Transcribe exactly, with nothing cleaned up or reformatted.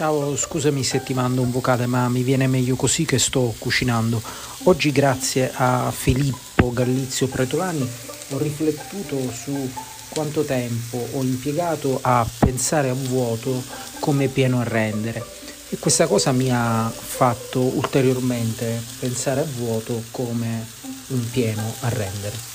Ciao, scusami se ti mando un vocale, ma mi viene meglio così che sto cucinando. Oggi, grazie a Filippo Gallizio Pretolani, ho riflettuto su quanto tempo ho impiegato a pensare a vuoto come pieno a rendere. E questa cosa mi ha fatto ulteriormente pensare a vuoto come un pieno a rendere.